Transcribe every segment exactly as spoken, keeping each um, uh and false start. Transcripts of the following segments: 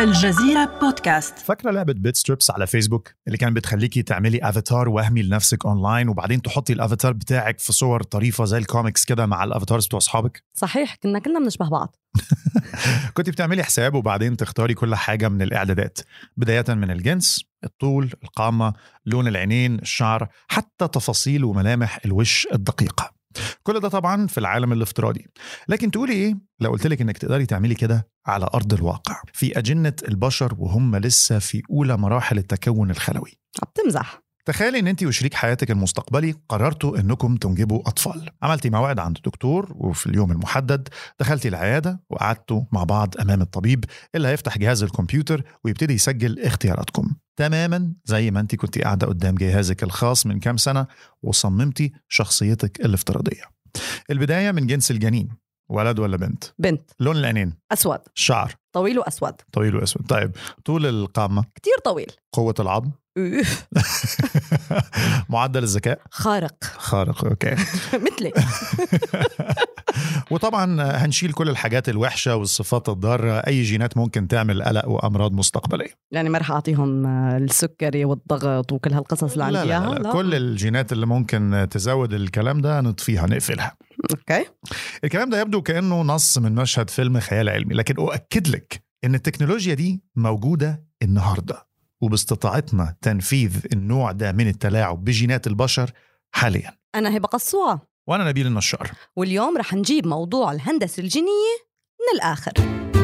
الجزيرة بودكاست. فاكرة لعبة بيت ستريبس على فيسبوك اللي كان بتخليكي تعملي افاتار وهمي لنفسك اونلاين وبعدين تحطي الافاتار بتاعك في صور طريفة زي الكوميكس كده مع الافاتارز بتوع اصحابك؟ صحيح، كنا كنا بنشبه بعض. كنت بتعملي حساب وبعدين تختاري كل حاجة من الإعدادات، بداية من الجنس، الطول، القامة، لون العينين، الشعر، حتى تفاصيل وملامح الوش الدقيقة. كل ده طبعا في العالم الافتراضي. لكن تقولي ايه لو قلتلك انك تقدري تعملي كده على أرض الواقع في أجنة البشر وهم لسه في أولى مراحل التكون الخلوي؟ بتمزح. تخيلي ان انت وشريك حياتك المستقبلي قررتوا انكم تنجبوا اطفال. عملتي موعد عند الدكتور وفي اليوم المحدد دخلتي العيادة وقعدتوا مع بعض امام الطبيب اللي هيفتح جهاز الكمبيوتر ويبتدي يسجل اختياراتكم تماما زي ما انت كنتي قاعدة قدام جهازك الخاص من كام سنة وصممتي شخصيتك الافتراضية. البداية من جنس الجنين، ولد ولا بنت؟ بنت. لون العينين؟ أسود. الشعر؟ طويل وأسود. طويل وأسود. طيب طول القامة؟ كتير طويل. قوة العظم؟ معدل الذكاء؟ خارق. خارق، اوكي. مثلي. وطبعا هنشيل كل الحاجات الوحشة والصفات الضارة، أي جينات ممكن تعمل قلق وأمراض مستقبلية. يعني ما رح أعطيهم السكري والضغط وكل هالقصص اللي عندي إياها. لا, لا, لا. كل الجينات اللي ممكن تزود الكلام ده نطفيها نقفلها. اوكي. الكلام ده يبدو كأنه نص من مشهد فيلم خيال علمي، لكن أؤكد لك إن التكنولوجيا دي موجودة النهاردة وباستطاعتنا تنفيذ النوع ده من التلاعب بجينات البشر حاليا. أنا هبة قصوى وأنا نبيل النشار، واليوم رح نجيب موضوع الهندسة الجينية من الآخر.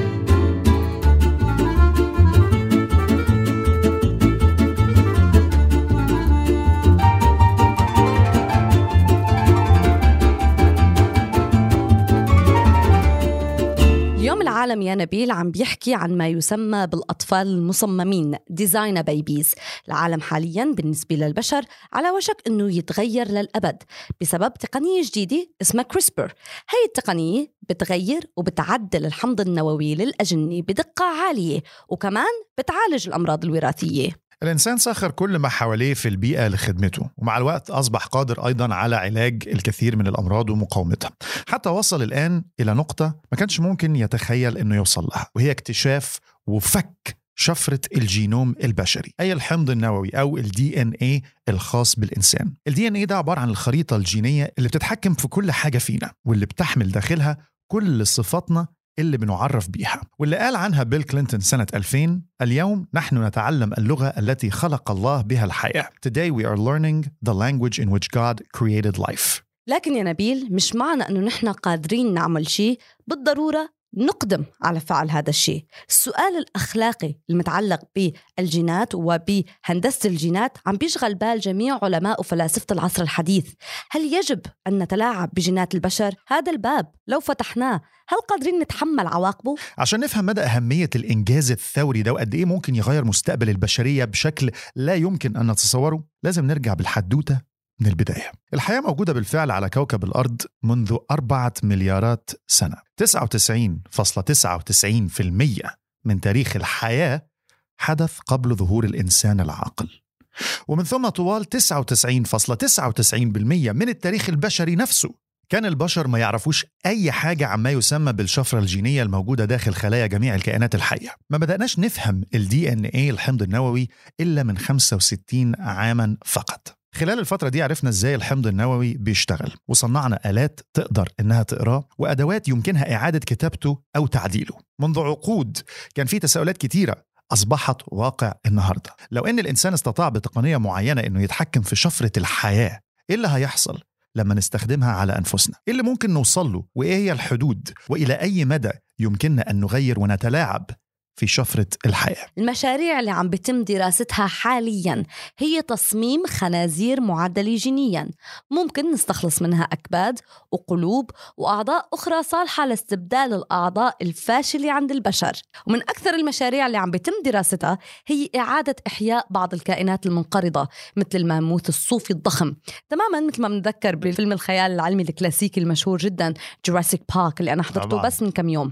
اليوم العالم يا نبيل عم بيحكي عن ما يسمى بالأطفال المصممين ديزاين بيبيز. العالم حالياً بالنسبة للبشر على وشك أنه يتغير للأبد بسبب تقنية جديدة اسمها كريسبر. هاي التقنية بتغير وبتعدل الحمض النووي للأجنة بدقة عالية وكمان بتعالج الأمراض الوراثية. الإنسان سخر كل ما حواليه في البيئة لخدمته، ومع الوقت أصبح قادر أيضا على علاج الكثير من الأمراض ومقاومتها، حتى وصل الآن إلى نقطة ما كانش ممكن يتخيل أنه يوصل لها، وهي اكتشاف وفك شفرة الجينوم البشري، أي الحمض النووي أو ال دي إن إيه الخاص بالإنسان. ال دي إن إيه ده عبارة عن الخريطة الجينية اللي بتتحكم في كل حاجة فينا، واللي بتحمل داخلها كل صفاتنا اللي بنعرف بيها، واللي قال عنها بيل كلينتون سنة ألفين: اليوم نحن نتعلم اللغة التي خلق الله بها الحياة. Today we are learning the language in which God created life. لكن يا نبيل مش معنى أنه نحن قادرين نعمل شيء بالضرورة نقدم على فعل هذا الشيء. السؤال الأخلاقي المتعلق بالجينات وبهندسة الجينات عم بيشغل بال جميع علماء وفلاسفة العصر الحديث. هل يجب أن نتلاعب بجينات البشر؟ هذا الباب لو فتحناه هل قادرين نتحمل عواقبه؟ عشان نفهم مدى أهمية الإنجاز الثوري ده وقد إيه ممكن يغير مستقبل البشرية بشكل لا يمكن أن نتصوره، لازم نرجع بالحدوتة من البداية. الحياة موجودة بالفعل على كوكب الأرض منذ أربعة مليارات سنة. تسعة وتسعين فاصلة تسعة وتسعين بالمئة من تاريخ الحياة حدث قبل ظهور الإنسان العاقل، ومن ثم طوال تسعة وتسعين فاصلة تسعة وتسعين بالمئة من التاريخ البشري نفسه كان البشر ما يعرفوش أي حاجة عما يسمى بالشفرة الجينية الموجودة داخل خلايا جميع الكائنات الحية. ما بدأناش نفهم ال دي إن إيه الحمض النووي إلا من خمسة وستين عاما فقط. خلال الفترة دي عرفنا إزاي الحمض النووي بيشتغل، وصنعنا آلات تقدر إنها تقراه وأدوات يمكنها إعادة كتابته أو تعديله. منذ عقود كان في تساؤلات كتيرة أصبحت واقع النهاردة. لو إن الإنسان استطاع بتقنية معينة إنه يتحكم في شفرة الحياة، إيه اللي هيحصل لما نستخدمها على أنفسنا؟ إيه اللي ممكن نوصل له؟ وإيه هي الحدود؟ وإلى أي مدى يمكننا أن نغير ونتلاعب في شفرة الحياة؟ المشاريع اللي عم بيتم دراستها حالياً هي تصميم خنازير معدلة جينياً، ممكن نستخلص منها أكباد وقلوب وأعضاء أخرى صالحة لاستبدال الأعضاء الفاشلة عند البشر. ومن أكثر المشاريع اللي عم بيتم دراستها هي إعادة إحياء بعض الكائنات المنقرضة مثل الماموث الصوفي الضخم، تماماً مثل ما بنذكر بفيلم الخيال العلمي الكلاسيكي المشهور جداً جوراسيك بارك اللي أنا حضرته طبعاً. بس من كم يوم.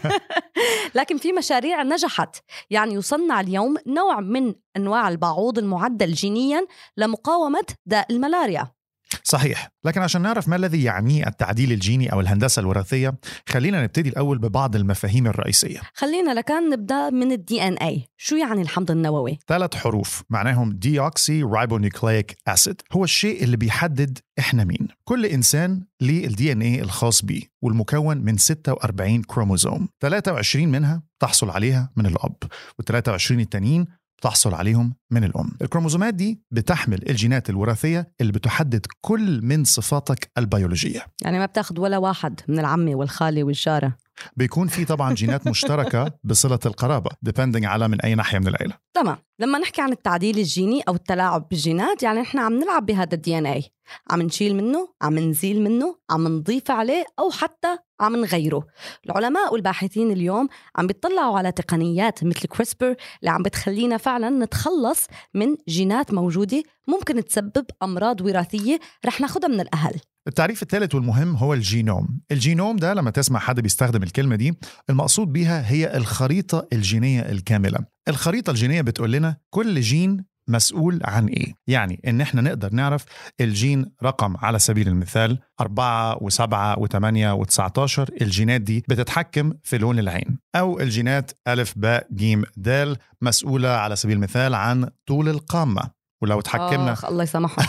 لكن في مشاريع نجحت، يعني يصنع اليوم نوع من أنواع البعوض المعدل جينيا لمقاومة داء الملاريا. صحيح، لكن عشان نعرف ما الذي يعنيه التعديل الجيني أو الهندسة الوراثية خلينا نبتدي الأول ببعض المفاهيم الرئيسية. خلينا لكان نبدأ من الدي ان اي. شو يعني الحمض النووي؟ ثلاث حروف معناهم ديوكسي رايبونيوكليك أسيد، هو الشيء اللي بيحدد إحنا مين. كل إنسان ليه الدي ان اي الخاص بيه والمكون من ستة وأربعين كروموزوم، ثلاثة وعشرين منها تحصل عليها من الأب و23 التانيين تحصل عليهم من الأم. الكروموزومات دي بتحمل الجينات الوراثية اللي بتحدد كل من صفاتك البيولوجية. يعني ما بتاخد ولا واحد من العمي والخالي والجارة؟ بيكون في طبعا جينات مشتركة بصلة القرابة depending على من أي ناحية من العيلة. تمام. لما نحكي عن التعديل الجيني أو التلاعب بالجينات يعني إحنا عم نلعب بهذا الدي ان اي، عم نشيل منه، عم نزيل منه، عم نضيف عليه أو حتى عم نغيره. العلماء والباحثين اليوم عم بيطلعوا على تقنيات مثل كريسبر اللي عم بتخلينا فعلا نتخلص من جينات موجودة ممكن تسبب أمراض وراثية رح ناخدها من الأهل. التعريف الثالث والمهم هو الجينوم. الجينوم ده لما تسمع حد بيستخدم الكلمة دي المقصود بيها هي الخريطة الجينية الكاملة. الخريطة الجينية بتقول لنا كل جين مسؤول عن إيه. يعني إن إحنا نقدر نعرف الجين رقم على سبيل المثال أربعة وسبعة وثمانية وتسعتاشر، الجينات دي بتتحكم في لون العين. أو الجينات ألف باء جيم دال مسؤولة على سبيل المثال عن طول القامة. ولو تحكمنا آخ الله يسامحه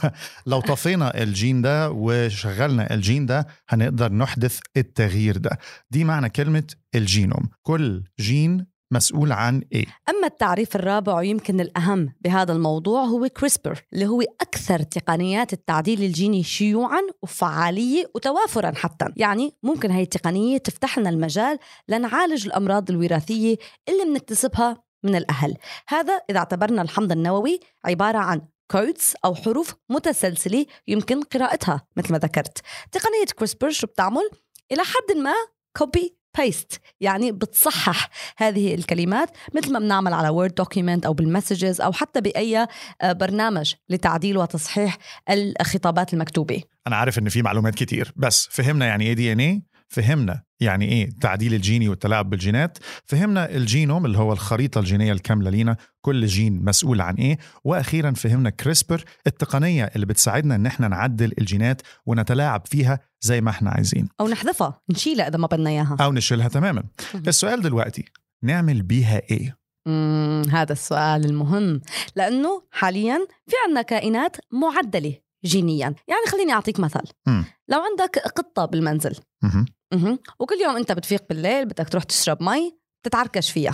لو طفينا الجين ده وشغلنا الجين ده هنقدر نحدث التغيير ده. دي معنى كلمة الجينوم، كل جين مسؤول عن إيه. أما التعريف الرابع ويمكن الأهم بهذا الموضوع هو كريسبر، اللي هو أكثر تقنيات التعديل الجيني شيوعاً وفعالية وتوافراً حتى. يعني ممكن هاي التقنية تفتح لنا المجال لنعالج الأمراض الوراثية اللي بنكتسبها من الأهل. هذا إذا اعتبرنا الحمض النووي عبارة عن كودز أو حروف متسلسلة يمكن قراءتها مثل ما ذكرت. تقنية كريسبر شو بتعمل؟ إلى حد ما كوبي باست، يعني بتصحح هذه الكلمات مثل ما بنعمل على وورد دوكيمنت أو بالمسجز أو حتى بأي برنامج لتعديل وتصحيح الخطابات المكتوبة. أنا عارف إن في معلومات كتير، بس فهمنا يعني إيه دي إن إيه، فهمنا يعني إيه تعديل الجيني والتلاعب بالجينات، فهمنا الجينوم اللي هو الخريطة الجينية الكاملة لينا كل جين مسؤول عن إيه، وأخيرا فهمنا كريسبر التقنية اللي بتساعدنا إن احنا نعدل الجينات ونتلاعب فيها زي ما احنا عايزين، أو نحذفها نشيلها إذا ما بدنا إياها، أو نشيلها تماما. السؤال دلوقتي نعمل بيها إيه؟ مم، هذا السؤال المهم، لأنه حاليا في عنا كائنات معدلة جينيا. يعني خليني أعطيك مثل. م. لو عندك قطة بالمنزل م- م- وكل يوم أنت بتفيق بالليل بدك تروح تشرب مي تتعركش فيها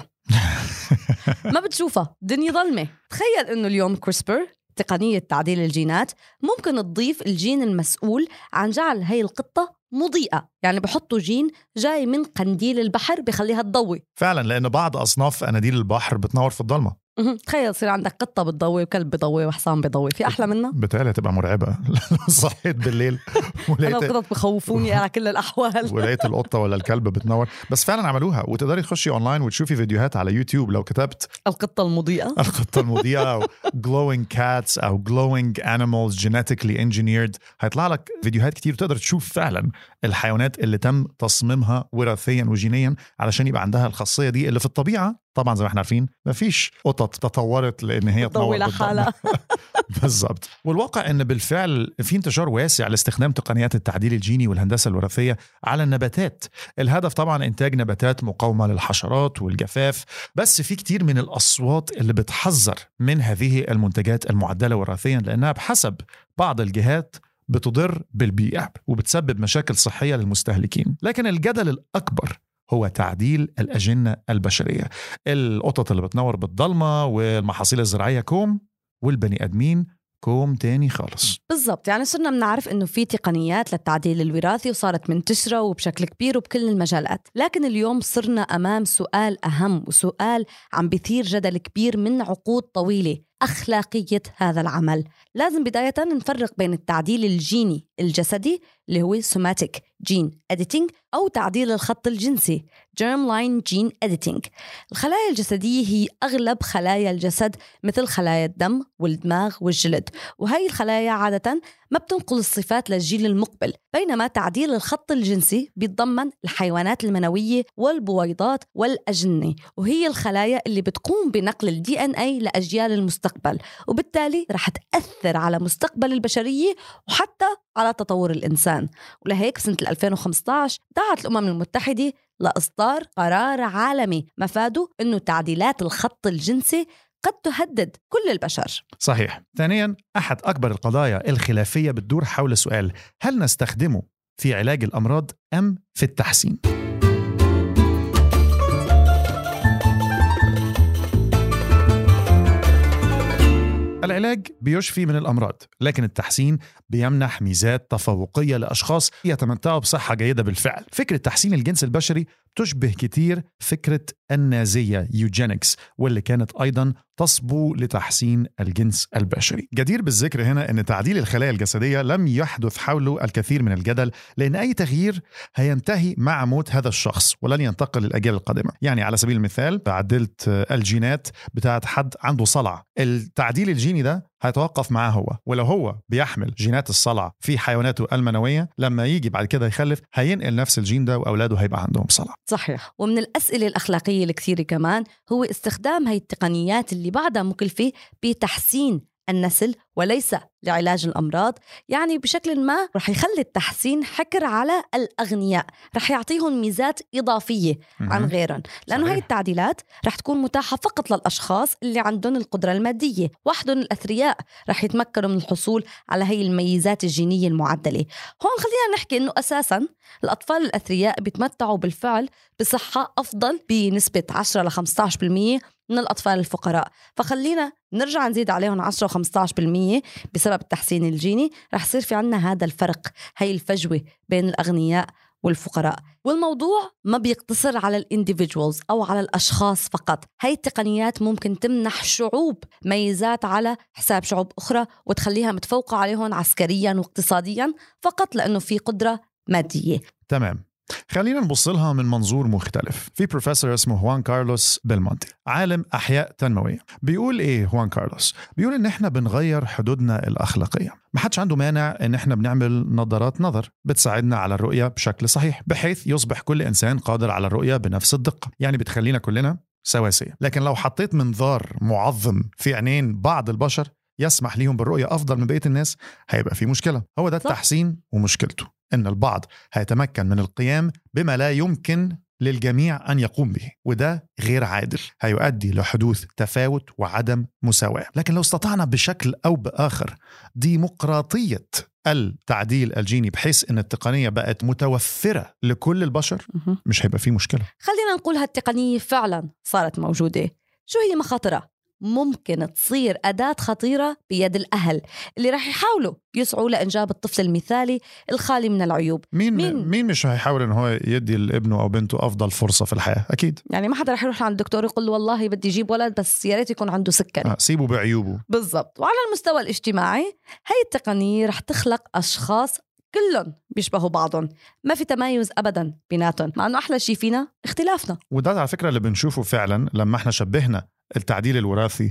ما بتشوفها، الدنيا ظلمة. تخيل أنه اليوم كريسبر تقنية تعديل الجينات ممكن تضيف الجين المسؤول عن جعل هاي القطة مضيئة. يعني بحطوا جين جاي من قنديل البحر بخليها تضوي فعلا، لأن بعض أصناف قناديل البحر بتنور في الضلمة. تخيل يصير عندك قطة بتضوي وكلب بيضوي وحصان بيضوي، في أحلى منها؟ بتالي تبقى مرعبة. صحيت بالليل أنا القطط بخوفوني على كل الأحوال ولقيت القطة ولا الكلب بتنور. بس فعلا عملوها، وتقدري تخشي أونلاين وتشوفي فيديوهات على يوتيوب لو كتبت القطة المضيئة القطة المضيئة أو glowing cats أو glowing animals genetically engineered، هيطلع لك فيديوهات كتير تقدر تشوف فعلا الحيوانات اللي تم تصميمها وراثيا وجينيا علشان يبقى عندها الخاصية دي اللي في الطبيعة. طبعا زي ما احنا عارفين مفيش قطط تطورت لأن هي تنور لحالها. بالضبط. والواقع أن بالفعل في انتشار واسع لاستخدام تقنيات التعديل الجيني والهندسة الوراثية على النباتات. الهدف طبعا إنتاج نباتات مقاومة للحشرات والجفاف، بس في كتير من الأصوات اللي بتحذر من هذه المنتجات المعدلة وراثيا لأنها بحسب بعض الجهات بتضر بالبيئة وبتسبب مشاكل صحية للمستهلكين. لكن الجدل الأكبر هو تعديل الأجنة البشرية. القطط اللي بتنور بالضلمة والمحاصيل الزراعية كوم، والبني أدمين كوم تاني خالص. بالضبط. يعني صرنا بنعرف إنه في تقنيات للتعديل الوراثي وصارت منتشرة وبشكل كبير وبكل المجالات، لكن اليوم صرنا أمام سؤال أهم وسؤال عم بيثير جدل كبير من عقود طويلة: أخلاقية هذا العمل. لازم بداية نفرق بين التعديل الجيني الجسدي اللي هو somatic gene editing أو تعديل الخط الجنسي germline gene editing. الخلايا الجسدية هي أغلب خلايا الجسد مثل خلايا الدم والدماغ والجلد، وهي الخلايا عادة ما بتنقل الصفات للجيل المقبل، بينما تعديل الخط الجنسي بيتضمن الحيوانات المنوية والبويضات والأجنة، وهي الخلايا اللي بتقوم بنقل الدي ان اي لأجيال المستقبل. المستقبل، وبالتالي رح تأثر على مستقبل البشرية وحتى على تطور الإنسان. ولهيك بسنة ألفين وخمسة عشر دعت الأمم المتحدة لإصدار قرار عالمي مفاده أنه تعديلات الخط الجنسي قد تهدد كل البشر. صحيح. ثانياً، أحد أكبر القضايا الخلافية بتدور حول سؤال: هل نستخدمه في علاج الأمراض أم في التحسين؟ العلاج بيشفي من الأمراض، لكن التحسين بيمنح ميزات تفوقية لأشخاص يتمتعوا بصحة جيدة بالفعل. فكرة تحسين الجنس البشري تشبه كتير فكرة النازية يوجينكس، واللي كانت أيضا تصبو لتحسين الجنس البشري. جدير بالذكر هنا أن تعديل الخلايا الجسدية لم يحدث حوله الكثير من الجدل، لأن أي تغيير هينتهي مع موت هذا الشخص ولن ينتقل للأجيال القادمة. يعني على سبيل المثال، عدلت الجينات بتاعت حد عنده صلع، التعديل الجيني ده هيتوقف معاه هو، ولو هو بيحمل جينات الصلع في حيواناته المنوية، لما يجي بعد كده يخلف هينقل نفس الجين ده وأولاده هيبقى عندهم صلع. صحيح. ومن الأسئلة الأخلاقية الكثيرة كمان هو استخدام هاي التقنيات اللي بعدها مكلفة بتحسين النسل وليس لعلاج الأمراض. يعني بشكل ما رح يخلي التحسين حكر على الأغنياء، رح يعطيهم ميزات إضافية عن غيرهم، لأنه هاي التعديلات رح تكون متاحة فقط للأشخاص اللي عندهم القدرة المادية. وحدهم الأثرياء رح يتمكنوا من الحصول على هاي الميزات الجينية المعدلة. هون خلينا نحكي أنه أساساً الأطفال الأثرياء بيتمتعوا بالفعل بصحة أفضل بنسبة عشرة إلى خمسة عشر بالمية من الأطفال الفقراء، فخلينا نرجع نزيد عليهم عشرة وخمسة عشر بالمية بسبب التحسين الجيني. رح يصير في عنا هذا الفرق، هاي الفجوة بين الأغنياء والفقراء. والموضوع ما بيقتصر على الانديفيدوالز أو على الأشخاص فقط. هاي التقنيات ممكن تمنح شعوب ميزات على حساب شعوب أخرى وتخليها متفوقة عليهم عسكريا واقتصاديا فقط لأنه في قدرة مادية. تمام. خلينا نبص لها من منظور مختلف. في بروفيسور اسمه هوان كارلوس بيلمونتي، عالم أحياء تنموية، بيقول إيه هوان كارلوس؟ بيقول إن إحنا بنغير حدودنا الأخلاقية. ما حدش عنده مانع إن إحنا بنعمل نظارات نظر بتساعدنا على الرؤية بشكل صحيح، بحيث يصبح كل إنسان قادر على الرؤية بنفس الدقة، يعني بتخلينا كلنا سواسية. لكن لو حطيت منظار معظم في عينين بعض البشر يسمح ليهم بالرؤية أفضل من بقية الناس، هيبقى في مشكلة. هو ده التحسين، ومشكلته إن البعض هيتمكن من القيام بما لا يمكن للجميع أن يقوم به، وده غير عادل، هيؤدي لحدوث تفاوت وعدم مساواة. لكن لو استطعنا بشكل أو بآخر ديمقراطية التعديل الجيني بحيث أن التقنية بقت متوفرة لكل البشر، مش هيبقى فيه مشكلة. خلينا نقول هالتقنية فعلا صارت موجودة. شو هي مخاطرها؟ ممكن تصير أداة خطيرة بيد الأهل اللي راح يحاولوا يسعوا لإنجاب الطفل المثالي الخالي من العيوب. مين مين, مين مش هيحاول إن هو يدي لابنه أو بنته أفضل فرصة في الحياة؟ أكيد. يعني ما حدا راح يروح عند الدكتور يقول له والله بدي يجيب ولد بس يا ريت يكون عنده سكري. آه سيبه بعيوبه. بالضبط. وعلى المستوى الاجتماعي هاي التقنية راح تخلق أشخاص كلهم بيشبهوا بعضهم، ما في تمايز أبدا بيناتهم، مع أنه أحلى شيء فينا اختلافنا. وده على فكرة اللي بنشوفه فعلا لما احنا شبهنا التعديل الوراثي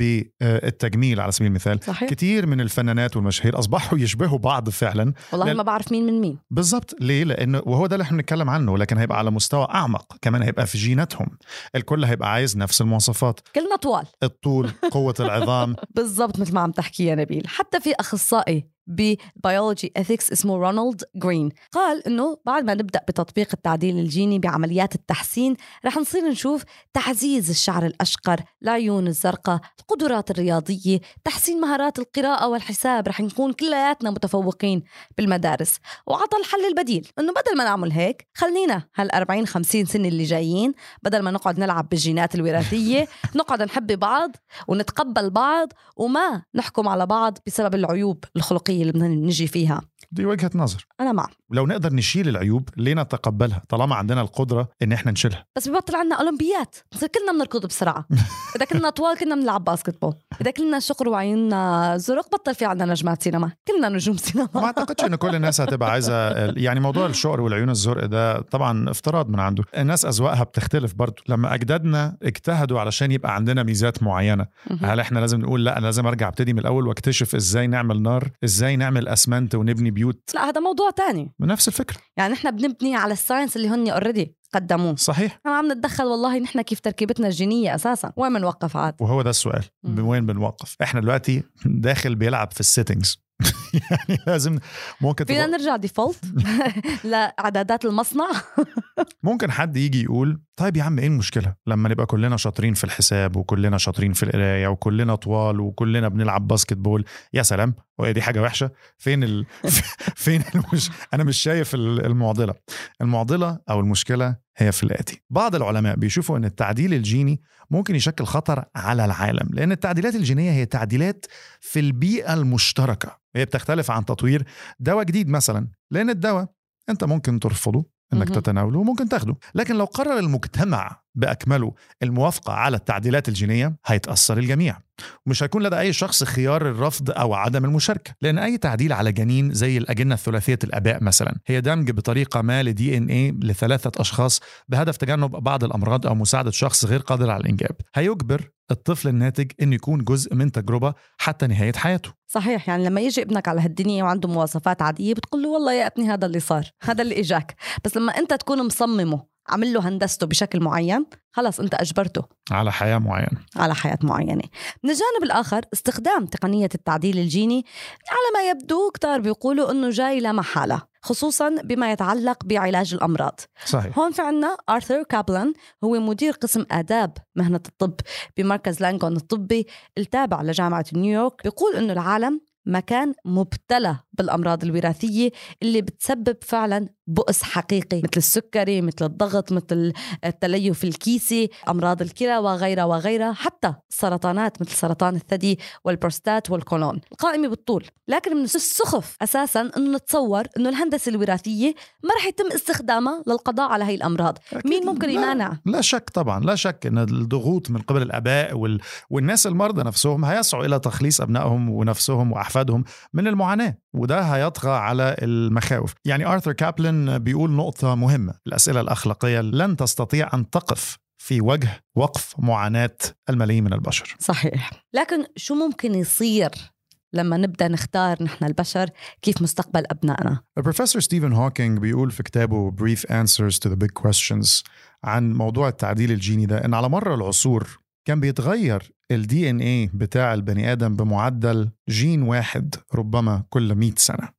بالتجميل على سبيل المثال. صحيح. كتير من الفنانات والمشاهير أصبحوا يشبهوا بعض فعلا. والله لأن... ما بعرف مين من مين بالضبط. ليه؟ لأنه وهو ده اللي احنا بنتكلم عنه، لكن هيبقى على مستوى أعمق كمان، هيبقى في جيناتهم. الكل هيبقى عايز نفس المواصفات، كلنا طوال، الطول، قوة العظام. بالضبط مثل ما عم تحكي يا نبيل. حتى في أخصائي ببيولوجي إثيكس اسمه رونالد جرين قال إنه بعد ما نبدأ بتطبيق التعديل الجيني بعمليات التحسين رح نصير نشوف تعزيز الشعر الأشقر، العيون الزرقاء، القدرات الرياضية، تحسين مهارات القراءة والحساب. رح نكون كلياتنا متفوقين بالمدارس. وعطى الحل البديل إنه بدل ما نعمل هيك خلينا هالأربعين خمسين سنة اللي جايين بدل ما نقعد نلعب بالجينات الوراثية نقعد نحب بعض ونتقبل بعض وما نحكم على بعض بسبب العيوب الخلقية اللي بدنا نجي فيها. دي وجهة نظر أنا مع. لو نقدر نشيل العيوب ليه نتقبلها طالما عندنا القدرة إن إحنا نشيلها؟ بس ببطل عنا أولمبيات، نصير كلنا بنركض بسرعة. إذا كنا طوال كنا بنلعب باسكتبول، إذا كلنا شقر وعيوننا زرق بطل في عنا نجمات سينما، كلنا نجوم سينما. ما أعتقدش إن كل الناس هتبقى عايزة. يعني موضوع الشقر والعيون الزرق ده طبعا افتراض من عنده. الناس أذواقها بتختلف برضو. لما أجدادنا اجتهدوا علشان يبقى عندنا ميزات معينة، هل إحنا لازم نقول لا أنا لازم أرجع ابتدي من الأول واكتشف إزاي نعمل نار، إزاي نعمل أسمنت ونبني بيوت؟ لا هذا موضوع تاني. بنفس الفكرة. يعني نحن بنبني على الساينس اللي هن اوريدي قدموه. صحيح. احنا عم نتدخل والله نحن كيف تركيبتنا الجينية أساسا. وين بنوقف عاد؟ وهو ده السؤال، وين بنوقف؟ احنا دلوقتي داخل بيلعب في السيتنجز. يعني لازم ممكن فينا نرجع ديفولت لإعدادات المصنع. ممكن حد يجي يقول طيب يا عم ايه المشكلة لما نبقى كلنا شاطرين في الحساب وكلنا شاطرين في القراية وكلنا طوال وكلنا بنلعب باسكت بول؟ يا سلام، وهي دي حاجة وحشة؟ فين ال... فين المش... أنا مش شايف المعضلة. المعضلة أو المشكلة هي في الآتي: بعض العلماء بيشوفوا أن التعديل الجيني ممكن يشكل خطر على العالم، لأن التعديلات الجينية هي تعديلات في البيئة المشتركة. هي بتختلف عن تطوير دواء جديد مثلا، لأن الدواء أنت ممكن ترفضه انك تتناوله وممكن تاخده، لكن لو قرر المجتمع بأكمله الموافقة على التعديلات الجينية هيتأثر الجميع، ومش هيكون لدى أي شخص خيار الرفض أو عدم المشاركة. لأن أي تعديل على جنين زي الأجنة الثلاثية الآباء مثلا هي دمج بطريقة ما لدي إن إيه لثلاثة أشخاص بهدف تجنب بعض الأمراض أو مساعدة شخص غير قادر على الإنجاب، هيجبر الطفل الناتج إنه يكون جزء من تجربة حتى نهاية حياته. صحيح. يعني لما يجي ابنك على هالدنيا وعنده مواصفات عادية بتقول له والله يا ابني هذا اللي صار، هذا اللي إجاك. بس لما أنت تكون مصممه عمل له هندسته بشكل معين، خلاص أنت أجبرته على حياة معينة على حياة معينة. من الجانب الآخر استخدام تقنية التعديل الجيني على ما يبدو كتار بيقولوا أنه جاي لا محالة، خصوصا بما يتعلق بعلاج الأمراض. صحيح. هون في عنا آرثر كابلان، هو مدير قسم آداب مهنة الطب بمركز لانغون الطبي التابع لجامعة نيويورك، بيقول أنه العالم مكان مبتلى بالأمراض الوراثية اللي بتسبب فعلا بؤس حقيقي، مثل السكري، مثل الضغط، مثل التليف الكيسي، أمراض الكلى وغيرها وغيرها، حتى سرطانات مثل سرطان الثدي والبروستات والكولون. القائمة بالطول. لكن من السخف أساسا أنه نتصور أنه الهندسة الوراثية ما رح يتم استخدامها للقضاء على هاي الأمراض. مين ممكن يمانع؟ لا, لا شك طبعا، لا شك أن الضغوط من قبل الآباء وال... والناس المرضى نفسهم هيسعوا إلى تخليص أبنائهم ونفسهم وأحفادهم من المعاناة، وده هيطغى على المخاوف. يعني آرثر كابلان بيقول نقطة مهمة: الأسئلة الأخلاقية لن تستطيع أن تقف في وجه وقف معاناة الملايين من البشر. صحيح. لكن شو ممكن يصير لما نبدأ نختار نحن البشر كيف مستقبل أبنائنا؟ البروفيسور ستيفن هوكينج بيقول في كتابه Brief Answers to the Big Questions عن موضوع التعديل الجيني ده إن على مر العصور كان بيتغير ال دي إن إيه بتاع البني آدم بمعدل جين واحد ربما كل مئة سنة.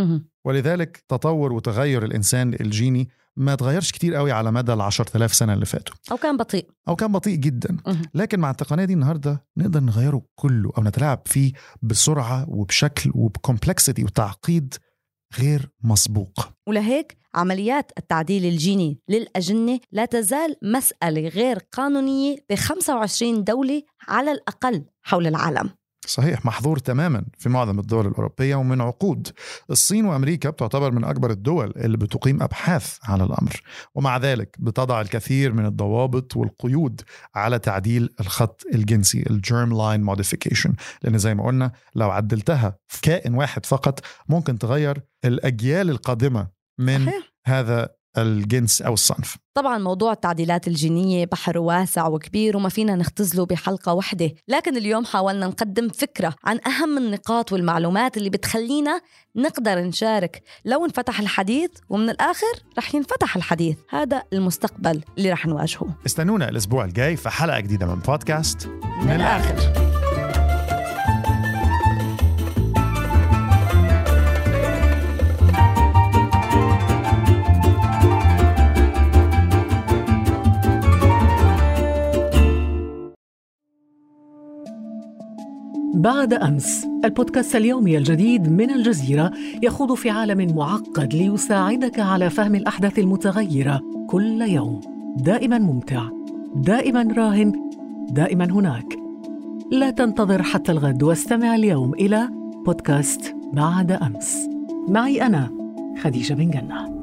ولذلك تطور وتغير الإنسان الجيني ما تغيرش كتير قوي على مدى العشرة آلاف سنة اللي فاتوا، أو كان بطيء أو كان بطيء جدا. لكن مع التقنية دي النهاردة نقدر نغيره كله أو نتلاعب فيه بسرعة وبشكل وبكمبلكسيتي وتعقيد غير مسبوق. ولهيك عمليات التعديل الجيني للأجنة لا تزال مسألة غير قانونية ب خمسة وعشرين دولة على الأقل حول العالم. صحيح، محظور تماما في معظم الدول الأوروبية ومن عقود. الصين وأمريكا بتعتبر من أكبر الدول اللي بتقيم أبحاث على الأمر، ومع ذلك بتضع الكثير من الضوابط والقيود على تعديل الخط الجنسي الجيرم لاين موديفيكيشن، لأن زي ما قلنا لو عدلتها في كائن واحد فقط ممكن تغير الأجيال القادمة من صحيح. هذا الجنس أو الصنف. طبعا موضوع التعديلات الجينية بحر واسع وكبير وما فينا نختزله بحلقة واحدة، لكن اليوم حاولنا نقدم فكرة عن أهم النقاط والمعلومات اللي بتخلينا نقدر نشارك لو انفتح الحديث، ومن الآخر رح ينفتح الحديث. هذا المستقبل اللي رح نواجهه. استنونا الأسبوع الجاي في حلقة جديدة من بودكاست من, من الآخر, الآخر. بعد أمس، البودكاست اليومي الجديد من الجزيرة يخوض في عالم معقد ليساعدك على فهم الأحداث المتغيرة كل يوم. دائما ممتع، دائما راهن، دائما هناك. لا تنتظر حتى الغد واستمع اليوم إلى بودكاست بعد أمس. معي أنا خديجة بن جنة.